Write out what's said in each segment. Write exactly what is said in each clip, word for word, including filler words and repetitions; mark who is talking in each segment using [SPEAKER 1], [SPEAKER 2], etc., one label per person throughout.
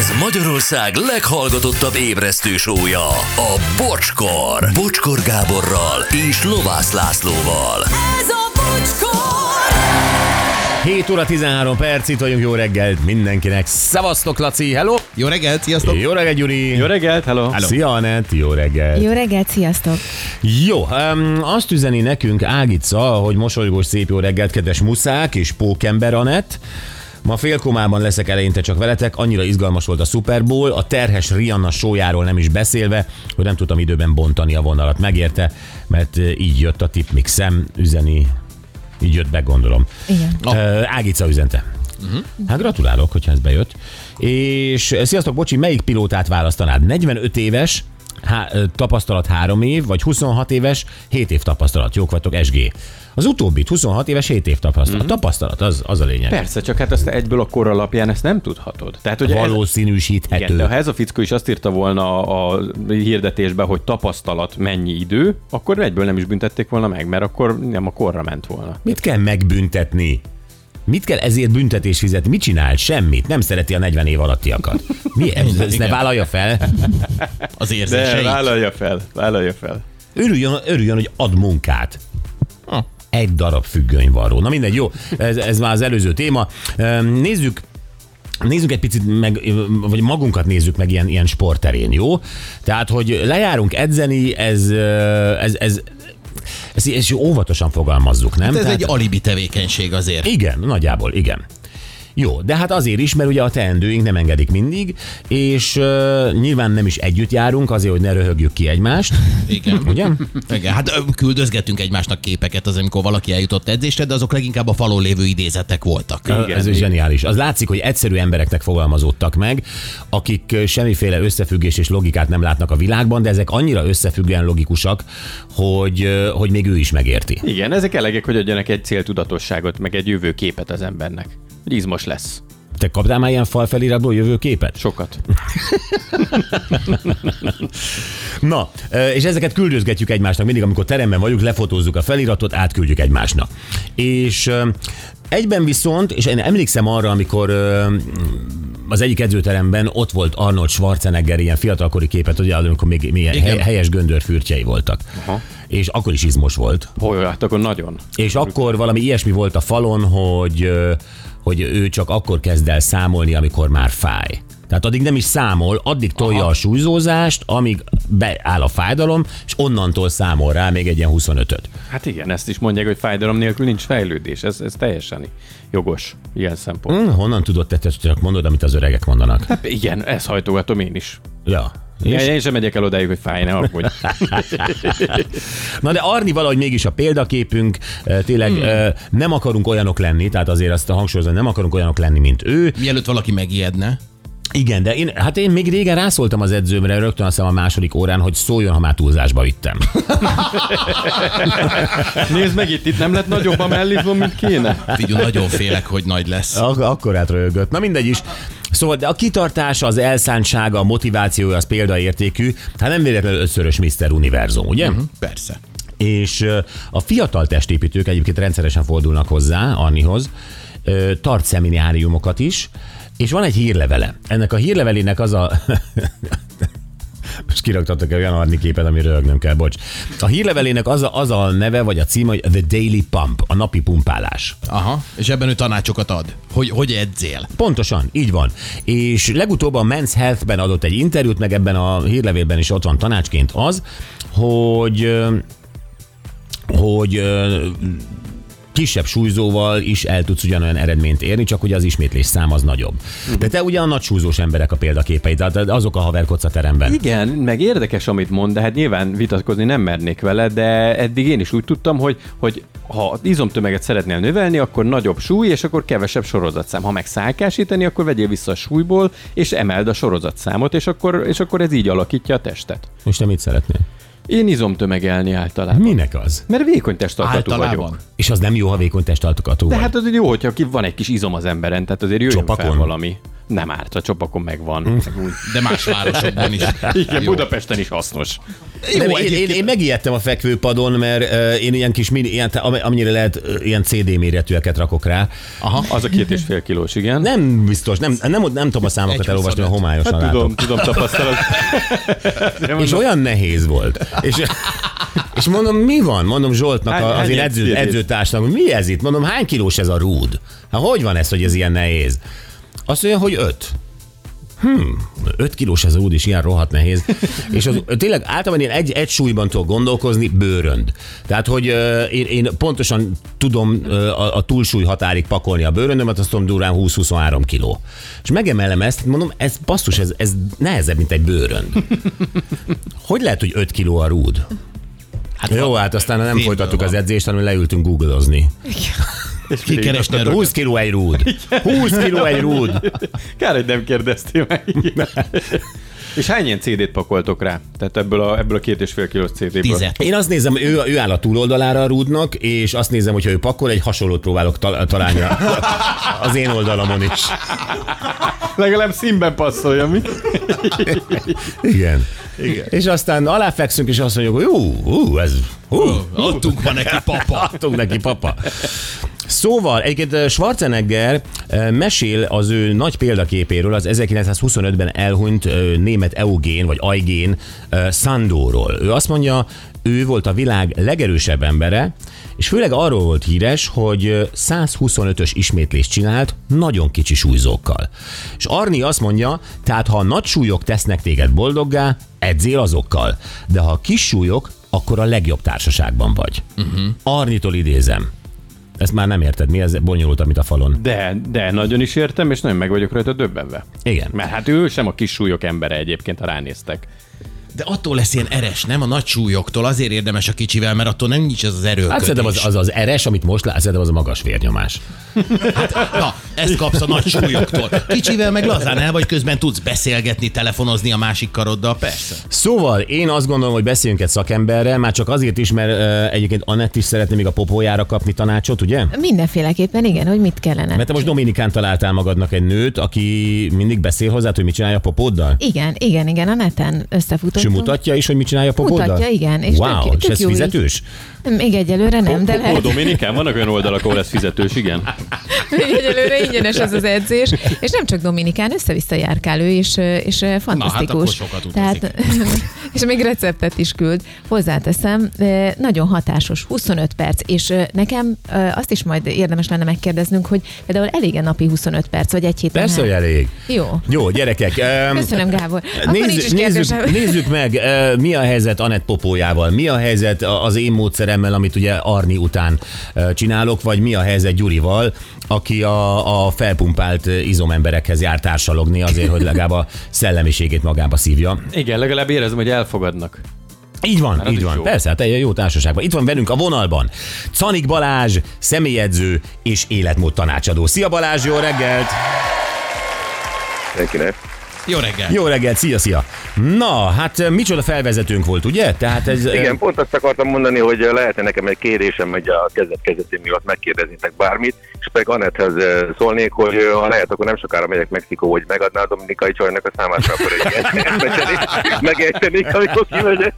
[SPEAKER 1] Ez Magyarország leghallgatottabb ébresztő show-ja, a Bocskor. Bocskor Gáborral és Lovász Lászlóval.
[SPEAKER 2] Ez a Bocskor!
[SPEAKER 3] hét óra tizenhárom perc, itt vagyunk, jó reggelt mindenkinek. Szevasztok, Laci, hello!
[SPEAKER 4] Jó reggelt, sziasztok!
[SPEAKER 3] Jó reggelt, Gyuri!
[SPEAKER 5] Jó reggelt, hello!
[SPEAKER 3] hello. Szia, Anett, jó reggelt!
[SPEAKER 6] Jó reggelt, sziasztok!
[SPEAKER 3] Jó, um, azt üzeni nekünk Ágica, hogy mosolygós szép jó reggelt, kedves muszák és pókember Anett. Ma félkomában leszek eleinte csak veletek, annyira izgalmas volt a Super Bowl, a terhes Rihanna showjáról nem is beszélve, hogy nem tudtam időben bontani a vonalat. Megérte, mert így jött a tipmixem, üzeni, így jött be, gondolom.
[SPEAKER 6] Igen.
[SPEAKER 3] Oh. Ágica üzente. Uh-huh. Hát gratulálok, hogyha ez bejött. És sziasztok, bocsi, melyik pilótát választanád? negyvenöt éves, há, tapasztalat három év, vagy huszonhat éves, hét év tapasztalat. Jók vagytok, es gé. Az utóbbit, huszonhat éves, hét év tapasztalat. Mm-hmm. A tapasztalat, az, az a lényeg.
[SPEAKER 5] Persze, csak hát azt egyből a kor alapján ezt nem tudhatod. Tehát, hogy
[SPEAKER 3] valószínűsíthető.
[SPEAKER 5] Ez, igen, de ha ez a fickó is azt írta volna a hirdetésben, hogy tapasztalat mennyi idő, akkor egyből nem is büntették volna meg, mert akkor nem a korra ment volna.
[SPEAKER 3] Mit kell megbüntetni? Mit kell ezért büntetés fizetni? Mit csinál? Semmit. Nem szereti a negyven év alattiakat. Mi ez? Ezt ne vállalja fel?
[SPEAKER 4] Az érzéseit.
[SPEAKER 5] De vállalja fel, vállalja fel.
[SPEAKER 3] Örüljön, örüljön, hogy ad munkát. Egy darab függönyvarró. Na mindegy, jó, ez, ez már az előző téma. Nézzük, nézzük egy picit meg, vagy magunkat nézzük meg ilyen, ilyen sportterén, jó? Tehát, hogy lejárunk edzeni, ez, ez, ez Ezt, ezt óvatosan fogalmazzuk, nem?
[SPEAKER 4] Hát ez
[SPEAKER 3] Tehát,
[SPEAKER 4] egy alibi tevékenység azért.
[SPEAKER 3] Igen, nagyjából, igen. Jó, de hát azért is, mert ugye a teendőink nem engedik mindig, és uh, nyilván nem is együtt járunk, azért, hogy ne röhögjük ki egymást.
[SPEAKER 4] Igen.
[SPEAKER 3] Ugye?
[SPEAKER 4] Igen, hát küldözgettünk egymásnak képeket az, amikor valaki eljutott edzésre, de azok leginkább a falon lévő idézetek voltak.
[SPEAKER 3] Igen, ez is zseniális. Az látszik, hogy egyszerű embereknek fogalmazódtak meg, akik semmiféle összefüggés és logikát nem látnak a világban, de ezek annyira összefüggően logikusak, hogy, hogy még ő is megérti.
[SPEAKER 5] Igen, ezek elegek, hogy adjanak egy céltudatosságot, meg egy jövőképet az embernek. Hogy izmos lesz.
[SPEAKER 3] Te kaptál már ilyen falfeliratból jövőképet?
[SPEAKER 5] Sokat.
[SPEAKER 3] Na, és ezeket küldözgetjük egymásnak. Mindig, amikor teremben vagyunk, lefotózzuk a feliratot, átküldjük egymásnak. És egyben viszont, és én emlékszem arra, amikor az egyik edzőteremben ott volt Arnold Schwarzenegger, ilyen fiatalkori képet, ugye, amikor még milyen helyes göndörfürtjei voltak. Aha. És akkor is izmos volt.
[SPEAKER 5] Hogy, hát akkor nagyon.
[SPEAKER 3] És akkor valami ilyesmi volt a falon, hogy, hogy ő csak akkor kezd el számolni, amikor már fáj. Tehát addig nem is számol, addig tolja Aha. a súlyzózást, amíg beáll a fájdalom, és onnantól számol rá még egy ilyen huszonötöt.
[SPEAKER 5] Hát igen, ezt is mondják, hogy fájdalom nélkül nincs fejlődés. Ez, ez teljesen jogos ilyen szempont.
[SPEAKER 3] Hmm, honnan tudod, te csak mondod, amit az öregek mondanak?
[SPEAKER 5] Hát igen, ezt hajtogatom én is.
[SPEAKER 3] Ja.
[SPEAKER 5] És? Én sem megyek el odáig, hogy fáj, ne aggódj.
[SPEAKER 3] Na de Arni valahogy mégis a példaképünk, tényleg hmm. nem akarunk olyanok lenni, tehát azért azt a hangsúlyozom, nem akarunk olyanok lenni, mint ő.
[SPEAKER 4] Mielőtt valaki megijedne.
[SPEAKER 3] Igen, de én, hát én még régen rászóltam az edzőmre, rögtön azt hiszem a második órán, hogy szóljon, ha már túlzásba vittem.
[SPEAKER 5] Nézd meg, itt, itt nem lett nagyobb a mellizom, mint kéne.
[SPEAKER 4] Figyelj, nagyon félek, hogy nagy lesz.
[SPEAKER 3] Ak- akkor átröhögött. Na mindegy is. Szóval de a kitartása, az elszántsága, a motivációja az példaértékű. Hát nem véletlenül ötszörös miszter Univerzum, ugye?
[SPEAKER 4] Uh-huh, persze.
[SPEAKER 3] És a fiatal testépítők egyébként rendszeresen fordulnak hozzá, Arnihoz, tart szemináriumokat is, és van egy hírlevele. Ennek a hírlevelének az a... Most kiraktatok olyan Arni képet, ami röhögnöm kell, bocs. A hírlevelének az a, az a neve, vagy a cím, hogy The Daily Pump, a napi pumpálás.
[SPEAKER 4] Aha, és ebben ő tanácsokat ad, hogy hogy edzél.
[SPEAKER 3] Pontosan, így van. És legutóbb a Men's Health-ben adott egy interjút, meg ebben a hírlevélben is ott van tanácsként az, hogy... hogy kisebb súlyzóval is el tudsz ugyanolyan eredményt érni, csak ugye az ismétlés szám az nagyobb. De te ugye a nagy súlyzós emberek a példaképei, tehát azok a haverkodsz a teremben.
[SPEAKER 5] Igen, meg érdekes, amit mond, de hát nyilván vitatkozni nem mernék vele, de eddig én is úgy tudtam, hogy, hogy ha izomtömeget szeretnél növelni, akkor nagyobb súly, és akkor kevesebb sorozatszám. Ha meg szálkásítani, akkor vegyél vissza a súlyból, és emeld a sorozatszámot, és akkor, és akkor ez így alakítja a testet.
[SPEAKER 3] És te mit szeretnél?
[SPEAKER 5] Én izomtömegelni általában.
[SPEAKER 3] Minek az?
[SPEAKER 5] Mert vékony testalkatú vagyok.
[SPEAKER 3] És az nem jó, ha vékony testalkatú
[SPEAKER 5] De
[SPEAKER 3] vagy.
[SPEAKER 5] hát az jó, hogyha van egy kis izom az emberen, tehát azért jöjjön fel valami. Nem árt, a csopakon megvan.
[SPEAKER 4] De más városokban is.
[SPEAKER 5] Igen, Budapesten is hasznos.
[SPEAKER 3] Nem, én, én, én megijedtem a fekvőpadon, mert uh, én ilyen kis, mini, ilyen, amennyire lehet, uh, ilyen cé dé méretűeket rakok rá.
[SPEAKER 5] Aha. Az a két és fél kilós, igen.
[SPEAKER 3] Nem biztos, nem, nem, nem, nem tudom a számokat elolvasni, mert homályosan
[SPEAKER 5] Hát
[SPEAKER 3] látok.
[SPEAKER 5] tudom, tudom tapasztalat.
[SPEAKER 3] És olyan nehéz volt. És, és mondom, mi van? Mondom Zsoltnak,
[SPEAKER 5] Hány-
[SPEAKER 3] a- az
[SPEAKER 5] hány
[SPEAKER 3] én edző,
[SPEAKER 5] edződ?
[SPEAKER 3] edzőtársnak, hogy mi ez itt? Mondom, hány kilós ez a rúd? Hát hogy van ez, hogy ez ilyen nehéz? Azt mondja, hogy öt. Hmm, öt kilós ez a rúd is ilyen rohadt nehéz. És az, tényleg általában én egy, egy súlyban tudok gondolkozni, bőrönd. Tehát, hogy uh, én, én pontosan tudom uh, a, a túlsúly határig pakolni a bőröndömet, azt tudom durván húsz-huszonhárom kiló. És megemelem ezt, mondom, ez basszus, ez, ez nehezebb, mint egy bőrönd. Hogy lehet, hogy öt kiló a rúd? Hát jó, hát aztán nem
[SPEAKER 4] Félből
[SPEAKER 3] folytattuk
[SPEAKER 4] van.
[SPEAKER 3] az edzést, hanem leültünk googleozni.
[SPEAKER 4] Kikeresni a
[SPEAKER 3] húsz kiló egy rúd. húsz kiló egy rúd.
[SPEAKER 5] Kár, hogy nem kérdeztél meg. És hány ilyen cé dét pakoltok rá? Tehát ebből a, ebből a két és fél kilós cé déből.
[SPEAKER 4] Tizet.
[SPEAKER 3] Én azt nézem, ő, ő áll a túloldalára a rúdnak, és azt nézem, hogyha ő pakol, egy hasonlót próbálok ta- találni a- az én oldalamon is.
[SPEAKER 5] Legalább színben passzolja, mi?
[SPEAKER 3] Igen. Igen. És aztán aláfekszünk, és azt mondjuk, hogy ú, ú, ez, ú,
[SPEAKER 4] Adtunk ma neki, papa.
[SPEAKER 3] adtunk neki, papa. Szóval egyébként Schwarzenegger eh, mesél az ő nagy példaképéről, az ezerkilencszázhuszonötben elhunyt eh, német Eugén, vagy Eugén eh, Sandoról. Ő azt mondja, ő volt a világ legerősebb embere, és főleg arról volt híres, hogy százhuszonötös ismétlést csinált nagyon kicsi súlyzókkal. És Arni azt mondja, tehát ha a nagy súlyok tesznek téged boldoggá, edzél azokkal. De ha a kis súlyok, akkor a legjobb társaságban vagy. Uh-huh. Arnitól idézem. Ezt már nem érted, mi ez bonyolult, amit a falon.
[SPEAKER 5] De, de nagyon is értem, és nagyon meg vagyok rajta döbbenve.
[SPEAKER 3] Igen.
[SPEAKER 5] Mert hát ő sem a kis súlyok embere egyébként, ha ránéztek.
[SPEAKER 4] De attól lesz ilyen eres, nem? A nagy súlyoktól azért érdemes a kicsivel, mert attól nem nincs ez az erőkötés.
[SPEAKER 3] Hát szerintem az, az az eres, amit most látsz, szerintem az a magas vérnyomás.
[SPEAKER 4] Na, ezt kapsz a nagy súlyoktól. Kicsivel meg lazán el vagy, közben tudsz beszélgetni, telefonozni a másik karoddal, persze.
[SPEAKER 3] Szóval én azt gondolom, hogy beszéljünk egy szakemberrel, már csak azért is, mert uh, egyébként Anett is szeretné még a popójára kapni tanácsot, ugye?
[SPEAKER 6] Mindenféleképpen, igen, hogy mit kellene.
[SPEAKER 3] Mert te most Dominikán találtál magadnak egy nőt, aki mindig beszél hozzá, hogy mit csinálja a popóddal?
[SPEAKER 6] Igen, igen, igen, a neten összefutottunk.
[SPEAKER 3] És ő mutatja is, hogy mit csinálja a popóddal?
[SPEAKER 6] Mutatja, igen, és
[SPEAKER 3] wow,
[SPEAKER 6] tök-
[SPEAKER 3] és
[SPEAKER 6] tök
[SPEAKER 3] ez
[SPEAKER 6] jó
[SPEAKER 3] fizetős?
[SPEAKER 6] Még egyelőre nem, de
[SPEAKER 5] Ó,
[SPEAKER 6] lehet.
[SPEAKER 5] Dominikán, vannak olyan oldalak, ahol ez fizetős, igen.
[SPEAKER 6] Még egyelőre ingyenes az az edzés, és nem csak Dominikán, össze-vissza járkál ő, és, és fantasztikus.
[SPEAKER 4] akkor sokat utazik.
[SPEAKER 6] Tehát, és még receptet is küld. Hozzáteszem, de nagyon hatásos, huszonöt perc, és nekem azt is majd érdemes lenne megkérdeznünk, hogy például elég a napi huszonöt perc, vagy egy héten.
[SPEAKER 3] Persze, hogy
[SPEAKER 6] hány?
[SPEAKER 3] elég.
[SPEAKER 6] Jó.
[SPEAKER 3] Jó, gyerekek. Um,
[SPEAKER 6] Köszönöm, Gábor. Akkor nincs is
[SPEAKER 3] Nézzük,
[SPEAKER 6] kérdésem.
[SPEAKER 3] nézzük, nézzük meg, uh, mi a helyzet Anett popójával, mi a helyzet az én módszeremmel, amit ugye Arni után uh, csinálok, vagy mi a helyzet Gyurival, aki a, a felpumpált izomemberekhez jár társalogni azért, hogy legalább a szellemiségét magába szívja.
[SPEAKER 5] Igen, legalább érezem, hogy elfogadnak.
[SPEAKER 3] Így van,
[SPEAKER 5] Már az
[SPEAKER 3] így
[SPEAKER 5] is
[SPEAKER 3] van.
[SPEAKER 5] jó.
[SPEAKER 3] Persze, hát egy jó társaságban. Itt van velünk a vonalban Czanik Balázs, személyedző és életmód tanácsadó. Szia Balázs, jó reggelt!
[SPEAKER 7] Mindenkinek.
[SPEAKER 4] Jó reggel.
[SPEAKER 3] Jó reggelt, szia, szia! Na, hát micsoda felvezetőnk volt, ugye? Tehát ez...
[SPEAKER 7] Igen, pont azt akartam mondani, hogy lehetne nekem egy kérésem, hogy a kezdet-kezdetén miatt megkérdeznétek bármit, és pedig Anetthez szólnék, hogy ha lehet, akkor nem sokára megyek Mexikó, hogy megadná a dominikai csajnak a számát, akkor egy ilyen megejtenék, amikor kimegyek.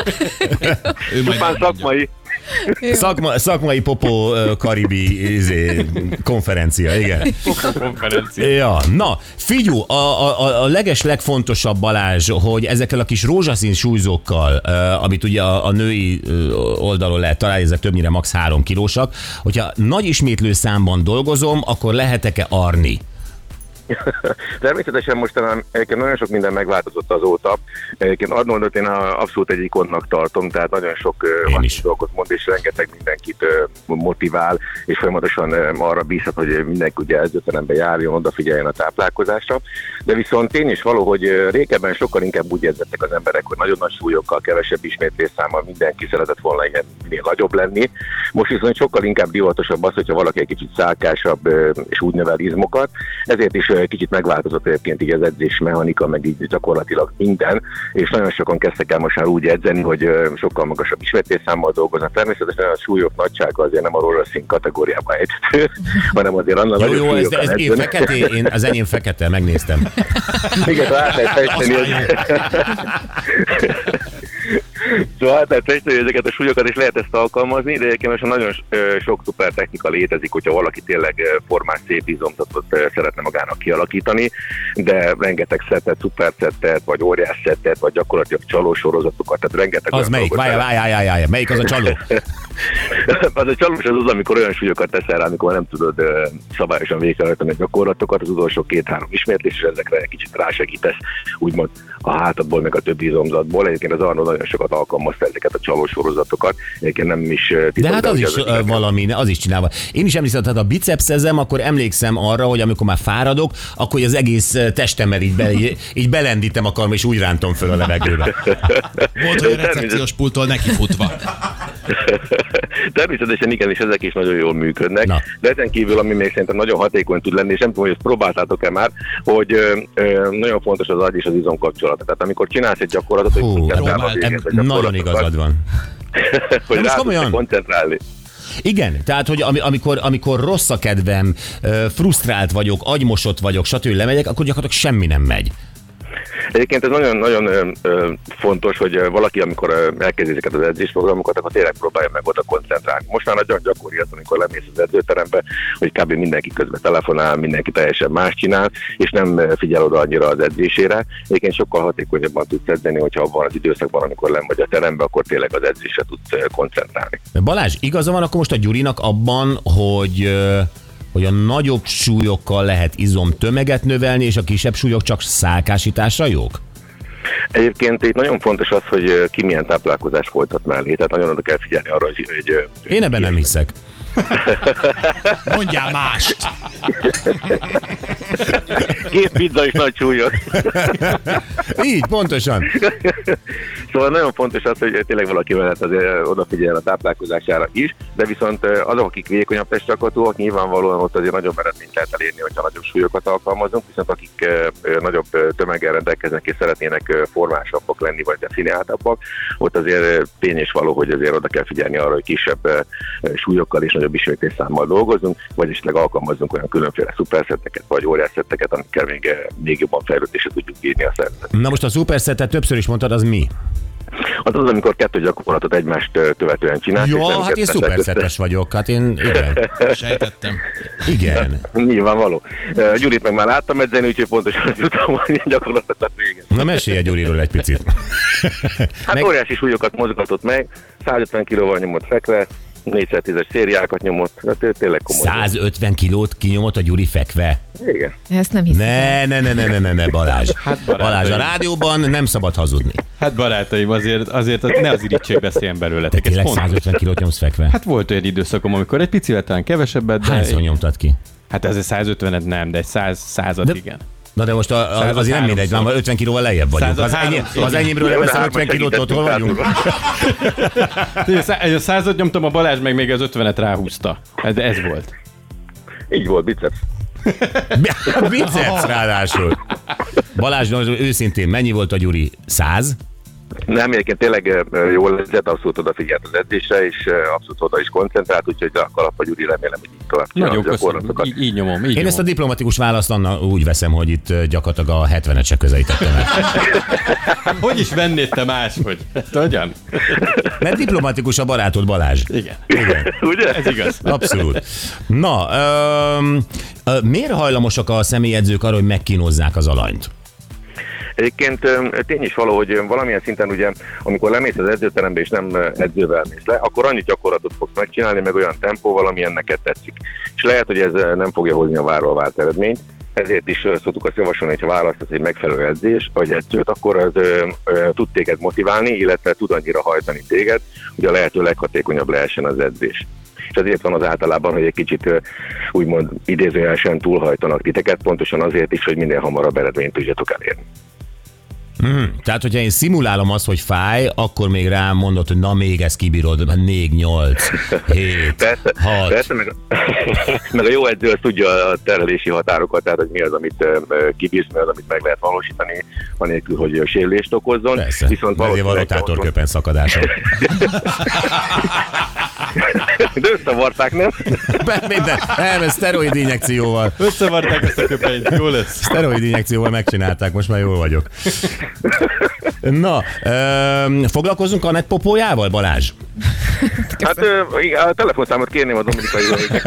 [SPEAKER 4] Ő majd
[SPEAKER 7] Csupán
[SPEAKER 4] elmondja.
[SPEAKER 7] szakmai.
[SPEAKER 3] Szakma, szakmai popó ö, karibi izé, konferencia, igen.
[SPEAKER 5] Konferencia.
[SPEAKER 3] Ja, na, figyú, a, a, a leges legfontosabb, Balázs, hogy ezekkel a kis rózsaszín súlyzókkal, ö, amit ugye a, a női ö, oldalon lehet találni, ezek többnyire max. három kilósak, hogyha nagy ismétlő számban dolgozom, akkor lehetek-e Arni?
[SPEAKER 7] Természetesen mostanában egyébként nagyon sok minden megváltozott azóta. Egyébként Arnoldot én a- abszolút egy ikonnak tartom, tehát nagyon sok
[SPEAKER 3] Én
[SPEAKER 7] ö,
[SPEAKER 3] is.
[SPEAKER 7] dolgot mond, és rengeteg mindenkit ö, motivál, és folyamatosan ö, arra bízhat, hogy mindenki ugye edzőterembe járjon, odafigyeljen a táplálkozásra. De viszont tény is való, hogy ö, régebben sokkal inkább úgy edzettek az emberek, hogy nagyon nagy súlyokkal, kevesebb ismétlésszámmal mindenki szeretett volna ilyen minél nagyobb lenni. Most viszont sokkal inkább divatosabb az, hogyha valaki egy kicsit szálkásabb ö, és úgy növel izmokat. Ezért is kicsit megváltozott egyébként így az edzés mechanika, meg így gyakorlatilag minden, és nagyon sokan kezdtek el most már úgy edzeni, hogy sokkal magasabb ismétlésszámmal dolgoznak. Természetesen a súlyok nagysága azért nem a rózsaszín kategóriába ejthető, hanem azért annál
[SPEAKER 3] Jó,
[SPEAKER 7] nagyobb
[SPEAKER 3] jó, ez,
[SPEAKER 7] súlyokkal
[SPEAKER 3] ez én
[SPEAKER 7] edzenek.
[SPEAKER 3] feketé, én, az enyém fekete, megnéztem.
[SPEAKER 7] Igen, át lehet fejteni, hogy... Szóval át lehet fejteni ezeket a súlyokat, és lehet ezt alkalmazni, de egyébként most nagyon sok szuper technika létezik, hogyha valaki tényleg formás, szép izomzatot szeretne magának kialakítani, de rengeteg szettet, szuperszettet, vagy óriás szettet, vagy gyakorlatilag csalósorozatokat, tehát rengeteg...
[SPEAKER 3] Az melyik? Várjál, várjál, várjál, melyik az a csaló?
[SPEAKER 7] Az a csalós az az, amikor olyan súlyokat teszel rá, amikor nem tudod uh, szabályosan végrehajtani a gyakorlatokat, az utolsó két-három ismétlés, és ezekre egy kicsit rásegítesz, úgymond a hátadból, meg a többi izomzatból. Egyébként az Arnold nagyon sokat alkalmazta ezeket a csalósorozatokat, egyébként nem is uh, titok,
[SPEAKER 3] De hát az, az is
[SPEAKER 7] az
[SPEAKER 3] valami, az is csinálva. Én is emlékszem, tehát a bicepszezem, akkor emlékszem arra, hogy amikor már fáradok, akkor az egész testemmel így, be, így, így belendítem a karom, és úgy rántom föl a levegőbe.
[SPEAKER 4] Volt, hogy a recepciós pulttól nekifutva.
[SPEAKER 7] Természetesen igen, és ezek is nagyon jól működnek.
[SPEAKER 3] Na.
[SPEAKER 7] De ezen kívül, ami még szerintem nagyon hatékony tud lenni, és nem tudom, hogy ezt próbáltátok-e már, hogy ö, ö, nagyon fontos az agy és az izom kapcsolata. Tehát amikor csinálsz egy gyakorlatot, hogy
[SPEAKER 3] Hú,
[SPEAKER 7] koncentrálva
[SPEAKER 3] eb-
[SPEAKER 7] végezd a
[SPEAKER 3] nagyon
[SPEAKER 7] gyakorlatokat,
[SPEAKER 3] igazad van.
[SPEAKER 7] hogy
[SPEAKER 3] most
[SPEAKER 7] rá
[SPEAKER 3] komolyan?
[SPEAKER 7] tudsz koncentrálni.
[SPEAKER 3] Igen, tehát, hogy ami- amikor, amikor rossz a kedvem, ö, frusztrált vagyok, agymosott vagyok, stb. Lemegyek, akkor gyakorlatilag semmi nem megy.
[SPEAKER 7] Egyébként ez nagyon-nagyon fontos, hogy ö, valaki, amikor ö, elkezdi ezeket az edzésprogramokat, akkor tényleg próbálja meg oda koncentrálni. Most már nagyon gyakori az, amikor lemész az edzőterembe, hogy kb. Mindenki közben telefonál, mindenki teljesen más csinál, és nem ö, figyel oda annyira az edzésére. Egyébként sokkal hatékonyabban tudsz edzeni, hogyha van az időszakban, amikor nem vagy a terembe, akkor tényleg az edzésre tudsz ö, koncentrálni.
[SPEAKER 3] Balázs, igaza van akkor most a Gyurinak abban, hogy, ö, hogy a nagyobb súlyokkal lehet izomtömeget növelni, és a kisebb súlyok csak szálkásításra jók?
[SPEAKER 7] Egyébként itt nagyon fontos az, hogy ö, ki milyen táplálkozást folytat mellé, tehát nagyon oda kell figyelni arra, hogy... hogy ö,
[SPEAKER 3] Én ebben nem hiszek.
[SPEAKER 4] Mondjál mást!
[SPEAKER 7] Két pizza és nagy súlyok.
[SPEAKER 3] Így, pontosan.
[SPEAKER 7] Szóval nagyon fontos az, hogy tényleg valaki mellett azért odafigyel a táplálkozására is, de viszont azok, akik vékonyabb testalkatúak, nyilvánvalóan ott azért nagyobb eredményt lehet elérni, hogyha nagyobb súlyokat alkalmazunk, viszont akik nagyobb tömeggel rendelkeznek és szeretnének formásabbak lenni, vagy definiáltabbak, ott azért tény és való, hogy azért oda kell figyelni arra, hogy kisebb súlyokkal és nagyobb ismétlésszámmal dolgozunk, vagy esetleg alkalmazzunk olyan különféle szuperszetteket, vagy óriás szetteket, amikkel még, még jobban fejlődésre tudjuk bírni a szervezetet.
[SPEAKER 3] Na most a szuperszettet többször is mondtad, az mi?
[SPEAKER 7] Az az, amikor kettő gyakorlatot egymást követően csinálsz.
[SPEAKER 3] Ja,
[SPEAKER 7] és nem
[SPEAKER 3] hát én
[SPEAKER 7] kettőt
[SPEAKER 3] szuperszettes vagyok, hát én, igen.
[SPEAKER 4] Sejtettem.
[SPEAKER 3] Igen.
[SPEAKER 7] Nyilvánvaló. Uh, Gyurit meg már láttam edzeni, úgyhogy pontosan tudtam, hogy gyakorlatokat végez.
[SPEAKER 3] Na mesélj a Gyuriról egy picit.
[SPEAKER 7] Hát
[SPEAKER 3] Meg-
[SPEAKER 7] óriási súlyokat mozgatott meg, százötven kilóval nyomott fekve, négyszertízes szériákat nyomott, hát tényleg komoly.
[SPEAKER 3] százötven kilót kinyomott a Gyuri fekve.
[SPEAKER 7] Igen.
[SPEAKER 6] Ezt nem hiszem.
[SPEAKER 3] Ne, ne, ne, ne, ne, ne, ne, Balázs.
[SPEAKER 5] barátaim.
[SPEAKER 3] Balázs, a rádióban nem szabad hazudni.
[SPEAKER 5] Hát barátaim, azért, azért az ne az irítség beszéljen
[SPEAKER 3] Te
[SPEAKER 5] belőletek. Ez
[SPEAKER 3] tényleg
[SPEAKER 5] pont-
[SPEAKER 3] százötven kilót nyomsz fekve?
[SPEAKER 5] Hát volt olyan időszakom, amikor egy picivel talán kevesebbet, de...
[SPEAKER 3] Hányszor nyomtad ki?
[SPEAKER 5] Hát ez egy százötvenet nem, de egy száz, százat
[SPEAKER 3] De-
[SPEAKER 5] igen.
[SPEAKER 3] Na de most a, a,
[SPEAKER 5] Század
[SPEAKER 3] azért nem mindegy,
[SPEAKER 5] háromszor.
[SPEAKER 3] már ötven kilóval lejjebb vagyunk. Az,
[SPEAKER 5] Század
[SPEAKER 3] enyém,
[SPEAKER 5] háromszor.
[SPEAKER 3] az enyémről
[SPEAKER 7] Jó, de
[SPEAKER 3] leveszem
[SPEAKER 7] hát
[SPEAKER 3] ötven
[SPEAKER 7] most
[SPEAKER 3] kilót, ott hol
[SPEAKER 7] segítettünk
[SPEAKER 3] vagyunk?
[SPEAKER 5] Egy szá- Egy százat nyomtam, a Balázs meg még az ötvenet ráhúzta. De ez volt.
[SPEAKER 7] Így volt, biceps.
[SPEAKER 3] Biceps ráadásul. Balázs, őszintén, mennyi volt a Gyuri? Száz?
[SPEAKER 7] Nem, egyébként tényleg ö, jól edzett, abszolút odafigyelt az edzésre, és ö, abszolút oda is koncentrált, úgyhogy a Kalapa Gyuri remélem, hogy így tovább csinál
[SPEAKER 5] Nagyon
[SPEAKER 7] a
[SPEAKER 5] köszönöm.
[SPEAKER 7] gyakorlatokat.
[SPEAKER 5] Így, így nyomom, így
[SPEAKER 3] Én
[SPEAKER 5] nyomom.
[SPEAKER 3] ezt a diplomatikus választ Anna úgy veszem, hogy itt ö, gyakorlatilag a hetvenet se közelítettem el.
[SPEAKER 5] Hogy is vennéd te máshogy? Hát, hogyan?
[SPEAKER 3] Mert diplomatikus a barátod, Balázs.
[SPEAKER 5] Igen.
[SPEAKER 3] Igen.
[SPEAKER 7] Ugye?
[SPEAKER 5] Ez igaz.
[SPEAKER 3] Abszolút. Na, öm, ö, miért hajlamosak a személyedzők arra, hogy megkínozzák az alanyt?
[SPEAKER 7] Egyébként ö, tény is való, hogy ö, valamilyen szinten ugye, amikor lemész az edzőterembe és nem ö, edzővel mész le, akkor annyi gyakorlatot fogsz megcsinálni, meg olyan tempóval, amilyen neked tetszik. És lehet, hogy ez ö, nem fogja hozni a várról várt eredményt, ezért is ö, szoktuk azt javasolni, hogyha választasz egy megfelelő edzés, vagy edzőt, akkor az ö, ö, tud téged motiválni, illetve tud annyira hajtani téged, hogy a lehető leghatékonyabb lehessen az edzés. És ezért van az általában, hogy egy kicsit ö, úgymond idézőjelesen túlhajtanak titeket, pontosan azért is, hogy minél hamarabb eredményt tudjatok elérni.
[SPEAKER 3] Hmm, tehát, hogyha én szimulálom azt, hogy fáj, akkor még rám mondod, hogy na még ezt kibírod, négy, nyolc, hét,
[SPEAKER 7] Persze,
[SPEAKER 3] hat.
[SPEAKER 7] persze meg, a, meg a jó edző az tudja a terelési határokat, tehát hogy mi az, amit ö, kibírsz, mi az, amit meg lehet valósítani, anélkül, hogy sérülést okozzon.
[SPEAKER 3] Persze,
[SPEAKER 7] Viszont
[SPEAKER 3] ezért van
[SPEAKER 7] valószínűleg
[SPEAKER 3] rotátorköpen szakadása.
[SPEAKER 7] De összevarták, nem?
[SPEAKER 3] Minden, elment szteroid injekcióval.
[SPEAKER 5] Összevarták ezt a köpenyt, jó lesz.
[SPEAKER 3] Szteroid injekcióval megcsinálták, most már jól vagyok. Na, öm, foglalkozunk Anett popójával, Balázs?
[SPEAKER 7] Hát ö, igen, a telefonszámot kérném a dominikai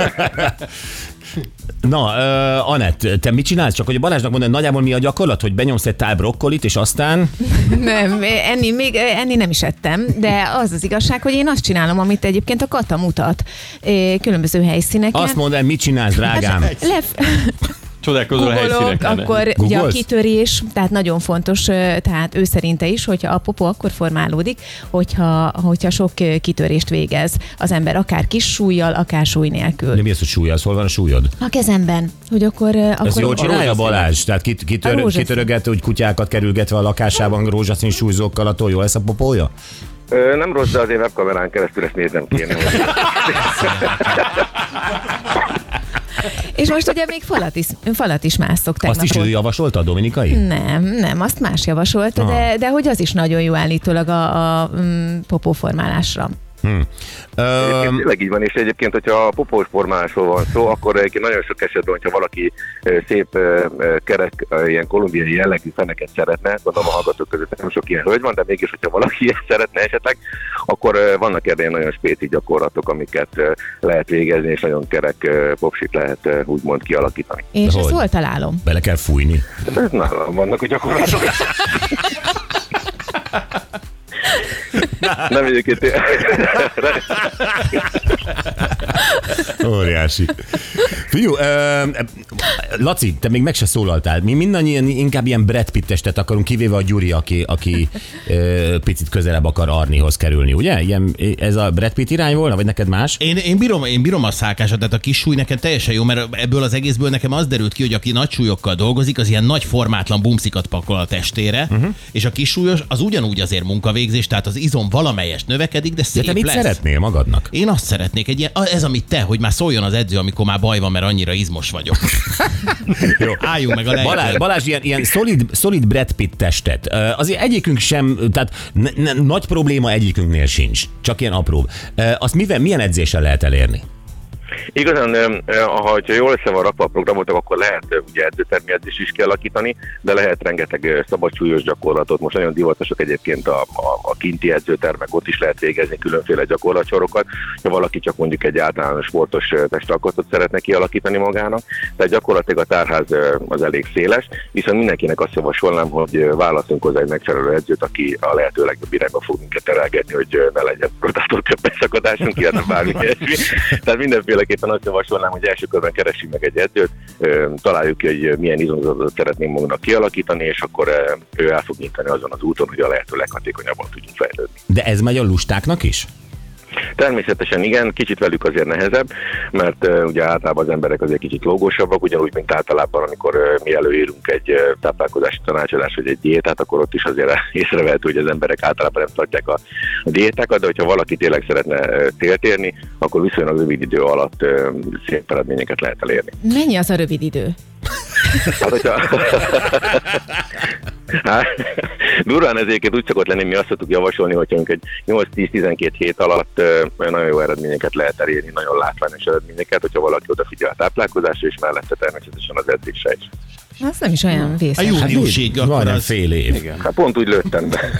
[SPEAKER 3] Na, uh, Anett, te mit csinálsz? Csak hogy a Balázsnak mondani, nagyjából mi a gyakorlat, hogy benyomsz egy tál brokkolit, és aztán...
[SPEAKER 6] Nem, enni, még enni nem is ettem, de az az igazság, hogy én azt csinálom, amit egyébként a Kata mutat eh, különböző helyszíneken.
[SPEAKER 3] Azt mondd el, mit csinálsz, drágám?
[SPEAKER 6] Hát, lef-
[SPEAKER 5] Csodálkozol a
[SPEAKER 6] Googolok,
[SPEAKER 5] helyszíneken.
[SPEAKER 6] akkor ugye a
[SPEAKER 3] Googolsz?
[SPEAKER 6] kitörés, tehát nagyon fontos, ö, tehát ő szerinte is, hogyha a popó akkor formálódik, hogyha, hogyha sok ö, kitörést végez az ember, akár kis súlyjal, akár súly nélkül.
[SPEAKER 3] De mi az, hogy súlya? Hol van a súlyod?
[SPEAKER 6] A kezemben, hogy akkor... ö,
[SPEAKER 3] Ezt
[SPEAKER 6] akkor
[SPEAKER 3] jól csinálja
[SPEAKER 6] rózsaszín.
[SPEAKER 3] Balázs? Tehát kit,
[SPEAKER 6] A
[SPEAKER 3] kitör,
[SPEAKER 6] rózsaszín.
[SPEAKER 3] kitöröget, hogy kutyákat kerülgetve a lakásában rózsaszín súlyzókkal, attól jó lesz a popója?
[SPEAKER 7] Ö, nem rossz, de azért webkamerán keresztül ezt néznem kéne.
[SPEAKER 6] És most ugye még falat is, falat is mászok tegnap.
[SPEAKER 3] Azt is ő
[SPEAKER 6] volt.
[SPEAKER 3] javasolta, a dominikai?
[SPEAKER 6] Nem, nem, azt más javasolta,
[SPEAKER 3] Ah.
[SPEAKER 6] de, de hogy az is nagyon jó állítólag a, a mm, popóformálásra.
[SPEAKER 3] Hm.
[SPEAKER 7] Egyébként
[SPEAKER 3] Öm,
[SPEAKER 7] tényleg így van, és egyébként, hogyha a popós formálásról van szó, akkor egyébként nagyon sok esetben, hogyha valaki ö, szép ö, ö, kerek, ö, ilyen kolumbiai jellegű feneket szeretne, gondolom a hallgatók között nem sok ilyen hölgy van, de mégis, hogyha valaki ilyet szeretne esetleg, akkor ö, vannak erre nagyon spéci gyakorlatok, amiket ö, lehet végezni, és nagyon kerek ö, popsit lehet ö, úgymond kialakítani.
[SPEAKER 6] És
[SPEAKER 3] De
[SPEAKER 6] ezt
[SPEAKER 3] hogy?
[SPEAKER 6] hol találom?
[SPEAKER 3] bele kell fújni.
[SPEAKER 7] Ez nálam vannak a gyakorlatok. Nem egyébként.
[SPEAKER 3] Óriási. Figyú, ö, Laci, te még meg se szólaltál. Mi mindannyian inkább ilyen Brad Pitt testet akarunk, kivéve a Gyuri, aki, aki ö, picit közelebb akar Arnihoz kerülni, ugye? Ilyen, ez a Brad Pitt irány volna, vagy neked más?
[SPEAKER 4] Én, én, bírom, én bírom a szálkásat, tehát a kis súly nekem teljesen jó, mert ebből az egészből nekem az derült ki, hogy aki nagy súlyokkal dolgozik, az ilyen nagy formátlan bumszikat pakol a testére, uh-huh. és a kis súlyos az ugyanúgy azért munkavégzés, tehát az izom valamelyest növekedik, de
[SPEAKER 3] De
[SPEAKER 4] szép
[SPEAKER 3] te mit
[SPEAKER 4] lesz.
[SPEAKER 3] szeretnél magadnak?
[SPEAKER 4] Én azt szeretnék, egy ilyen, ez amit te, hogy már szóljon az edző, amikor már baj van, mert annyira izmos vagyok.
[SPEAKER 3] Jó.
[SPEAKER 4] Álljunk meg a lejtőn.
[SPEAKER 3] Balázs, Balázs ilyen, ilyen szolid, szolid Brad Pitt testet. Ö, Azért egyikünk sem, tehát ne, ne, nagy probléma egyikünknél sincs, csak ilyen apró. Ö, Azt mivel, milyen edzéssel lehet elérni?
[SPEAKER 7] Igazán, ha jól össze van rakva a programot, akkor lehet ugye edzőtermi edzést is kialakítani, de lehet rengeteg szabadsúlyos gyakorlatot. Most nagyon divatosak egyébként a, a, a kinti edzőtermek, ott is lehet végezni különféle gyakorlatsorokat. Ha valaki csak mondjuk egy általános sportos testalkatot szeretne kialakítani magának, tehát gyakorlatilag a tárház az elég széles, viszont mindenkinek azt javasolnám, hogy válaszunk hozzá egy megfelelő edzőt, aki a lehető legjobb irányba fog minket terelgetni, hogy ne legyen rotátorköppen szakadásunk, illetve bármi ilyesmi. Tehát mindenféleképpen azt javasolnám, hogy első körben keressünk meg egy edzőt, találjuk ki, hogy milyen izomzatot szeretnénk magunknak kialakítani, és akkor ő el fog nyitani azon az úton, hogy a lehető leghatékonyabban tudjunk fejlődni.
[SPEAKER 3] De ez megy a lustáknak is?
[SPEAKER 7] Természetesen igen, kicsit velük azért nehezebb, mert uh, ugye általában az emberek azért kicsit lógósabbak, ugyanúgy, mint általában, amikor uh, mi előírunk egy uh, táplálkozási tanácsadás vagy egy diétát, akkor ott is azért észrevehető, hogy az emberek általában nem tartják a, a diétákat, de hogyha valaki tényleg szeretne uh, célt érni, akkor viszonylag rövid idő alatt uh, szép eredményeket lehet elérni.
[SPEAKER 6] Mennyi az a rövid idő?
[SPEAKER 7] Hát, hogyha... Hát, durván ezért úgy szokott lenni, mi azt szoktuk javasolni, hogyha egy nyolc-tíz-tizenkét hét alatt nagyon jó eredményeket lehet elérni, nagyon látványos eredményeket, hogyha valaki odafigyel a táplálkozásra, és mellette természetesen az edzésre is.
[SPEAKER 6] Az nem is olyan
[SPEAKER 4] A
[SPEAKER 6] vészes.
[SPEAKER 4] júniusig akkor
[SPEAKER 3] Majdnem
[SPEAKER 4] az...
[SPEAKER 3] fél év.
[SPEAKER 5] Igen.
[SPEAKER 7] Hát pont úgy lőttem be.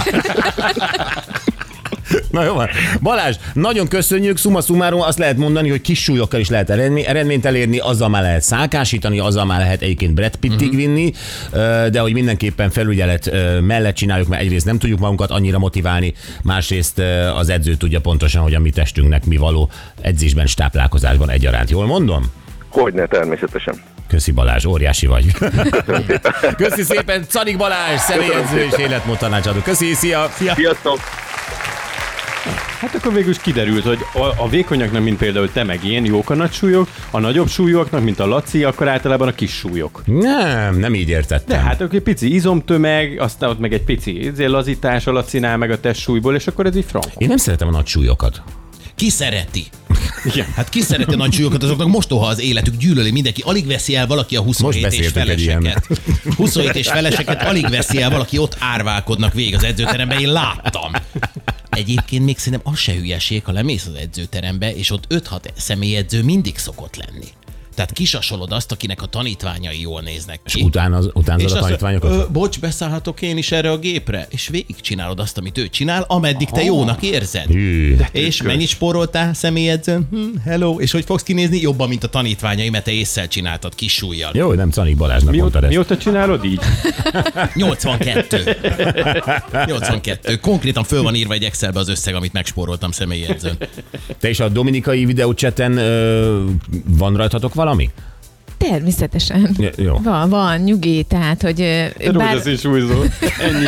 [SPEAKER 3] Na jó van. Balázs, nagyon köszönjük, summa summarum azt lehet mondani, hogy kis súlyokkal is lehet eredmény, eredményt elérni, azzal már lehet szálkásítani, azzal már lehet egyébként Brad Pittig uh-huh. vinni, de hogy mindenképpen felügyelet mellett csináljuk, mert egyrészt nem tudjuk magunkat annyira motiválni, másrészt az edző tudja pontosan, hogy a mi testünknek mi való edzésben, táplálkozásban egyaránt. Jól mondom?
[SPEAKER 7] Hogyne, természetesen.
[SPEAKER 3] Köszi Balázs, óriási vagy. Köszi szépen, Czanik Balázs, személyedző és életmódtanácsadó. Köszi, szia!
[SPEAKER 7] Sziasztok!
[SPEAKER 5] Hát akkor végül is kiderült, hogy a, a vékonyaknak, mint például te meg én, jók a nagy súlyok, a nagyobb súlyoknak, mint a Laci, akkor általában a kis súlyok.
[SPEAKER 3] Nem, nem így értettem.
[SPEAKER 5] De hát akkor egy pici izomtömeg, aztán ott meg egy pici lazítás a Lacinál, meg a testsúlyból, és akkor ez így frank.
[SPEAKER 3] Én nem szeretem a nagy súlyokat.
[SPEAKER 4] Ki szereti?
[SPEAKER 5] Igen.
[SPEAKER 4] Hát ki szereti a nagy súlyokat, azoknak mostoha az életük, gyűlöli mindenki. Alig veszi el valaki a huszonhét és feleseket. huszonhét és feleseket alig veszi el valaki, ott árválkodnak végig az edzőteremben, én láttam. Egyébként még szerintem az se hülyeség, ha lemész az edzőterembe, és ott öt-hat személyedző mindig szokott lenni. Tehát kisasolod azt, akinek a tanítványai jól néznek ki.
[SPEAKER 3] És utána, utánzod a tanítványokat?
[SPEAKER 4] Ö, bocs, beszállhatok én is erre a gépre? És végigcsinálod azt, amit ő csinál, ameddig te jónak érzed.
[SPEAKER 3] Hű.
[SPEAKER 4] És mennyit spóroltál személyedzőn? Hm, hello. És hogy fogsz kinézni? Jobban, mint a tanítványai, mert te ésszel csináltad kis súlyjal.
[SPEAKER 3] Jó, nem Canik Balázsnak
[SPEAKER 5] Mi
[SPEAKER 3] mondtad ezt.
[SPEAKER 5] mióta csinálod így?
[SPEAKER 4] nyolcvankettő. nyolcvankettő. Konkrétan föl van írva egy Excelbe az összeg, amit megspóroltam személyedzőn.
[SPEAKER 3] Te is a dominikai videócseten ö, van rajtatok valami?
[SPEAKER 6] Természetesen.
[SPEAKER 3] Ja, jó.
[SPEAKER 6] Van, van, nyugi, tehát, hogy ö, bár
[SPEAKER 5] Rózsaszín súlyzó. Ennyi.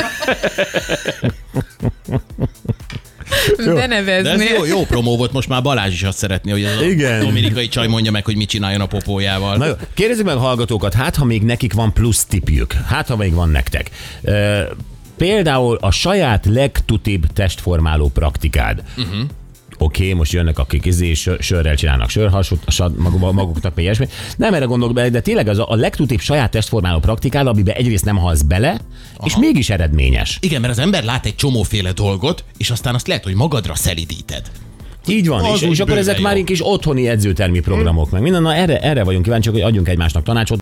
[SPEAKER 6] benevezni.
[SPEAKER 4] De ez jó, jó promó volt, most már Balázs is azt szeretné, hogy az
[SPEAKER 3] Igen.
[SPEAKER 4] a dominikai csaj mondja meg, hogy mit csináljon a popójával.
[SPEAKER 3] Na jó, kérdezzük meg a hallgatókat, hát ha még nekik van plusz tipjük, hát ha még van nektek. Ö, például a saját legtutibb testformáló praktikád. Uh-huh. Oké, okay, most jönnek, akik izé, sör, sörrel csinálnak sörhasot, maguknak még ilyesmi. Nem erre gondolok bele, de tényleg az a, a legtutibb saját testformáló praktikád, amiben egyrészt nem halsz bele, aha, és mégis eredményes.
[SPEAKER 4] Igen, mert az ember lát egy csomóféle dolgot, és aztán azt lehet, hogy magadra szelidíted.
[SPEAKER 3] Így van,
[SPEAKER 4] Az
[SPEAKER 3] és,
[SPEAKER 4] úgy
[SPEAKER 3] és akkor
[SPEAKER 4] bőven
[SPEAKER 3] ezek
[SPEAKER 4] jó.
[SPEAKER 3] már kis otthoni edzőtermi programok, meg minden, na erre, erre vagyunk kíváncsiak, hogy adjunk egymásnak tanácsot.